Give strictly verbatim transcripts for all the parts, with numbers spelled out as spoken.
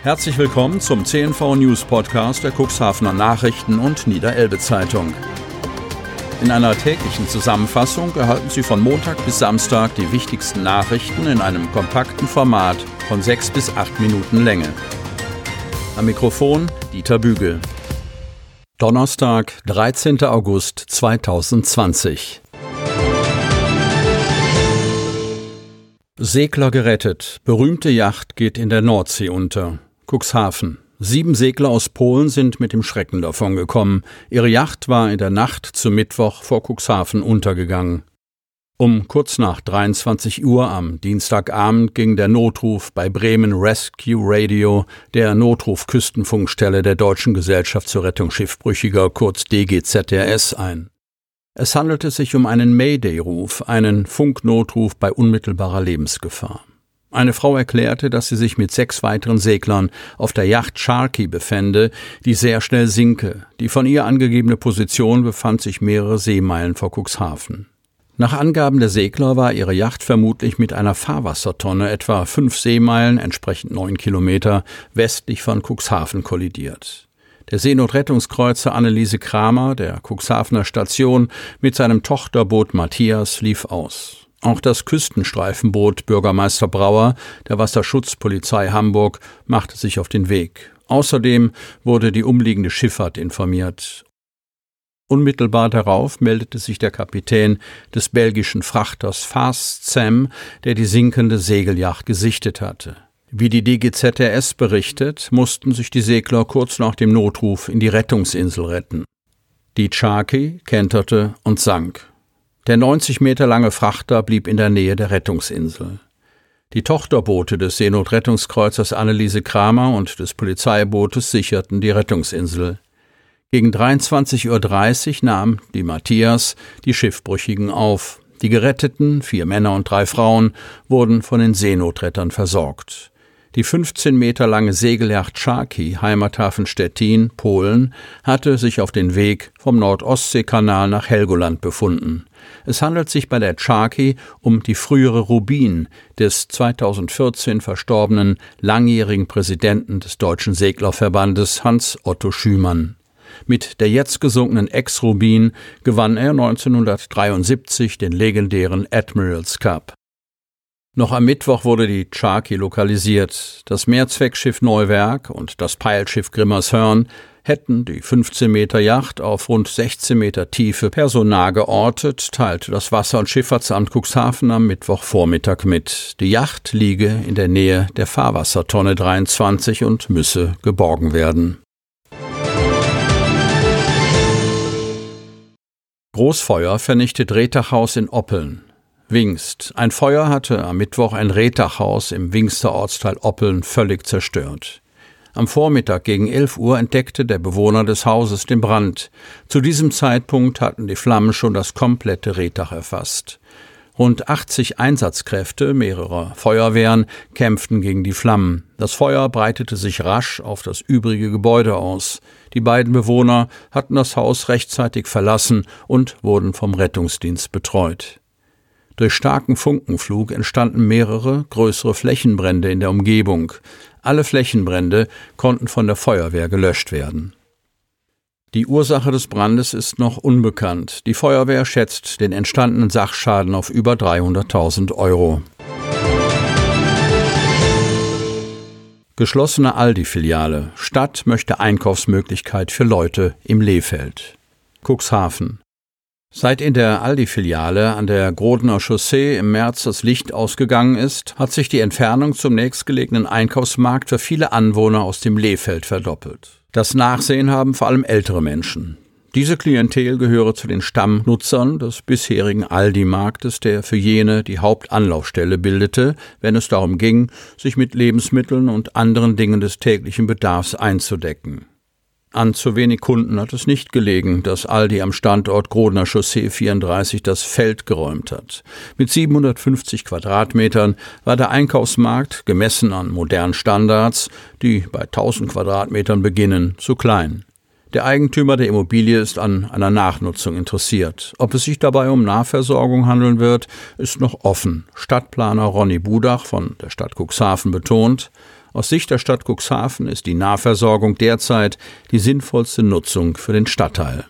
Herzlich willkommen zum C N V News Podcast der Cuxhavener Nachrichten und Niederelbe Zeitung. In einer täglichen Zusammenfassung erhalten Sie von Montag bis Samstag die wichtigsten Nachrichten in einem kompakten Format von sechs bis acht Minuten Länge. Am Mikrofon Dieter Bügel. Donnerstag, dreizehnten August zweitausendzwanzig. Segler gerettet. Berühmte Yacht geht in der Nordsee unter. Cuxhaven. Sieben Segler aus Polen sind mit dem Schrecken davongekommen. Ihre Yacht war in der Nacht zum Mittwoch vor Cuxhaven untergegangen. Um kurz nach dreiundzwanzig Uhr am Dienstagabend ging der Notruf bei Bremen Rescue Radio, der Notruf-Küstenfunkstelle der Deutschen Gesellschaft zur Rettung Schiffbrüchiger, kurz D G Z R S, ein. Es handelte sich um einen Mayday-Ruf, einen Funknotruf bei unmittelbarer Lebensgefahr. Eine Frau erklärte, dass sie sich mit sechs weiteren Seglern auf der Yacht Sharky befände, die sehr schnell sinke. Die von ihr angegebene Position befand sich mehrere Seemeilen vor Cuxhaven. Nach Angaben der Segler war ihre Yacht vermutlich mit einer Fahrwassertonne etwa fünf Seemeilen, entsprechend neun Kilometer, westlich von Cuxhaven kollidiert. Der Seenotrettungskreuzer Anneliese Kramer der Cuxhavener Station mit seinem Tochterboot Matthias lief aus. Auch das Küstenstreifenboot Bürgermeister Brauer der Wasserschutzpolizei Hamburg machte sich auf den Weg. Außerdem wurde die umliegende Schifffahrt informiert. Unmittelbar darauf meldete sich der Kapitän des belgischen Frachters Fast Sam, der die sinkende Segelyacht gesichtet hatte. Wie die D G Z R S berichtet, mussten sich die Segler kurz nach dem Notruf in die Rettungsinsel retten. Die Sharky kenterte und sank. Der neunzig Meter lange Frachter blieb in der Nähe der Rettungsinsel. Die Tochterboote des Seenotrettungskreuzers Anneliese Kramer und des Polizeibootes sicherten die Rettungsinsel. Gegen dreiundzwanzig Uhr dreißig nahm die Matthias die Schiffbrüchigen auf. Die Geretteten, vier Männer und drei Frauen, wurden von den Seenotrettern versorgt. Die fünfzehn Meter lange Segelyacht Sharky, Heimathafen Stettin, Polen, hatte sich auf den Weg vom Nordostseekanal nach Helgoland befunden. Es handelt sich bei der Sharky um die frühere Rubin des zweitausendvierzehn verstorbenen langjährigen Präsidenten des Deutschen Seglerverbandes Hans-Otto Schümann. Mit der jetzt gesunkenen Ex-Rubin gewann er neunzehnhundertdreiundsiebzig den legendären Admirals Cup. Noch am Mittwoch wurde die Sharky lokalisiert. Das Mehrzweckschiff Neuwerk und das Peilschiff Grimmershörn hätten die fünfzehn Meter Yacht auf rund sechzehn Meter Tiefe personal geortet, teilte das Wasser- und Schifffahrtsamt Cuxhaven am Mittwochvormittag mit. Die Yacht liege in der Nähe der Fahrwassertonne dreiundzwanzig und müsse geborgen werden. Großfeuer vernichtet Rehtachhaus in Oppeln. Wingst. Ein Feuer hatte am Mittwoch ein Rehtachhaus im Wingster Ortsteil Oppeln völlig zerstört. Am Vormittag gegen elf Uhr entdeckte der Bewohner des Hauses den Brand. Zu diesem Zeitpunkt hatten die Flammen schon das komplette Rehtach erfasst. Rund achtzig Einsatzkräfte mehrerer Feuerwehren kämpften gegen die Flammen. Das Feuer breitete sich rasch auf das übrige Gebäude aus. Die beiden Bewohner hatten das Haus rechtzeitig verlassen und wurden vom Rettungsdienst betreut. Durch starken Funkenflug entstanden mehrere größere Flächenbrände in der Umgebung. Alle Flächenbrände konnten von der Feuerwehr gelöscht werden. Die Ursache des Brandes ist noch unbekannt. Die Feuerwehr schätzt den entstandenen Sachschaden auf über dreihunderttausend Euro. Geschlossene Aldi-Filiale. Stadt möchte Einkaufsmöglichkeit für Leute im Lehfeld. Cuxhaven. Seit in der Aldi-Filiale an der Grodener Chaussee im März das Licht ausgegangen ist, hat sich die Entfernung zum nächstgelegenen Einkaufsmarkt für viele Anwohner aus dem Lehfeld verdoppelt. Das Nachsehen haben vor allem ältere Menschen. Diese Klientel gehöre zu den Stammnutzern des bisherigen Aldi-Marktes, der für jene die Hauptanlaufstelle bildete, wenn es darum ging, sich mit Lebensmitteln und anderen Dingen des täglichen Bedarfs einzudecken. An zu wenig Kunden hat es nicht gelegen, dass Aldi am Standort Grodener Chaussee vierunddreißig das Feld geräumt hat. Mit siebenhundertfünfzig Quadratmetern war der Einkaufsmarkt, gemessen an modernen Standards, die bei tausend Quadratmetern beginnen, zu klein. Der Eigentümer der Immobilie ist an einer Nachnutzung interessiert. Ob es sich dabei um Nahversorgung handeln wird, ist noch offen. Stadtplaner Ronny Budach von der Stadt Cuxhaven betont, Aus Sicht der Stadt Cuxhaven ist die Nahversorgung derzeit die sinnvollste Nutzung für den Stadtteil.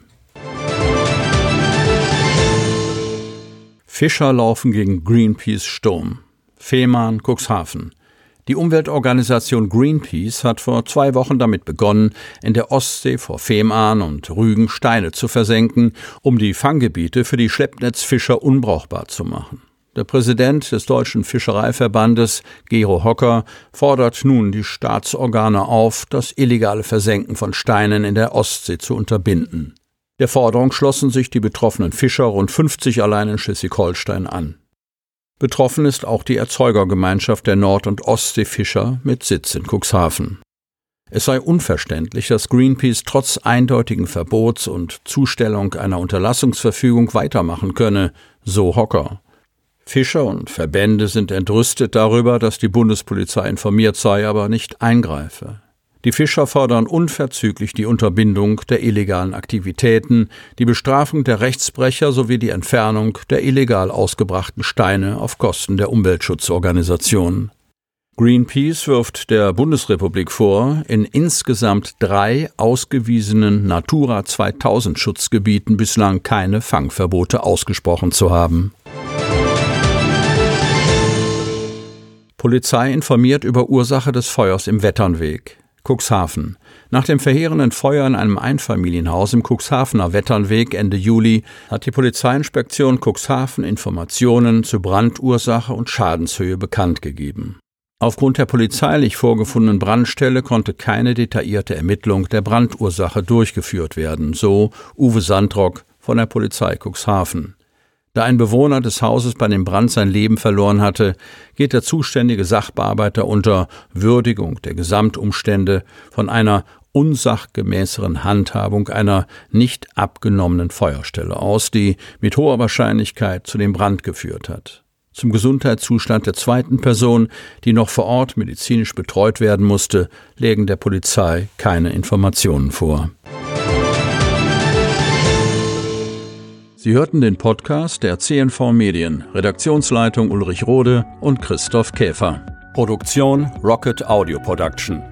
Fischer laufen gegen Greenpeace Sturm. Fehmarn, Cuxhaven. Die Umweltorganisation Greenpeace hat vor zwei Wochen damit begonnen, in der Ostsee vor Fehmarn und Rügen Steine zu versenken, um die Fanggebiete für die Schleppnetzfischer unbrauchbar zu machen. Der Präsident des Deutschen Fischereiverbandes, Gero Hocker, fordert nun die Staatsorgane auf, das illegale Versenken von Steinen in der Ostsee zu unterbinden. Der Forderung schlossen sich die betroffenen Fischer, rund fünfzig allein in Schleswig-Holstein, an. Betroffen ist auch die Erzeugergemeinschaft der Nord- und Ostseefischer mit Sitz in Cuxhaven. Es sei unverständlich, dass Greenpeace trotz eindeutigen Verbots und Zustellung einer Unterlassungsverfügung weitermachen könne, so Hocker. Fischer und Verbände sind entrüstet darüber, dass die Bundespolizei informiert sei, aber nicht eingreife. Die Fischer fordern unverzüglich die Unterbindung der illegalen Aktivitäten, die Bestrafung der Rechtsbrecher sowie die Entfernung der illegal ausgebrachten Steine auf Kosten der Umweltschutzorganisationen. Greenpeace wirft der Bundesrepublik vor, in insgesamt drei ausgewiesenen Natura zweitausend Schutzgebieten bislang keine Fangverbote ausgesprochen zu haben. Polizei informiert über Ursache des Feuers im Wetternweg. Cuxhaven. Nach dem verheerenden Feuer in einem Einfamilienhaus im Cuxhavener Wetternweg Ende Juli hat die Polizeiinspektion Cuxhaven Informationen zu Brandursache und Schadenshöhe bekannt gegeben. Aufgrund der polizeilich vorgefundenen Brandstelle konnte keine detaillierte Ermittlung der Brandursache durchgeführt werden, so Uwe Sandrock von der Polizei Cuxhaven. Da ein Bewohner des Hauses bei dem Brand sein Leben verloren hatte, geht der zuständige Sachbearbeiter unter Würdigung der Gesamtumstände von einer unsachgemäßeren Handhabung einer nicht abgenommenen Feuerstelle aus, die mit hoher Wahrscheinlichkeit zu dem Brand geführt hat. Zum Gesundheitszustand der zweiten Person, die noch vor Ort medizinisch betreut werden musste, legen der Polizei keine Informationen vor. Sie hörten den Podcast der C N V Medien, Redaktionsleitung Ulrich Rode und Christoph Käfer. Produktion Rocket Audio Production.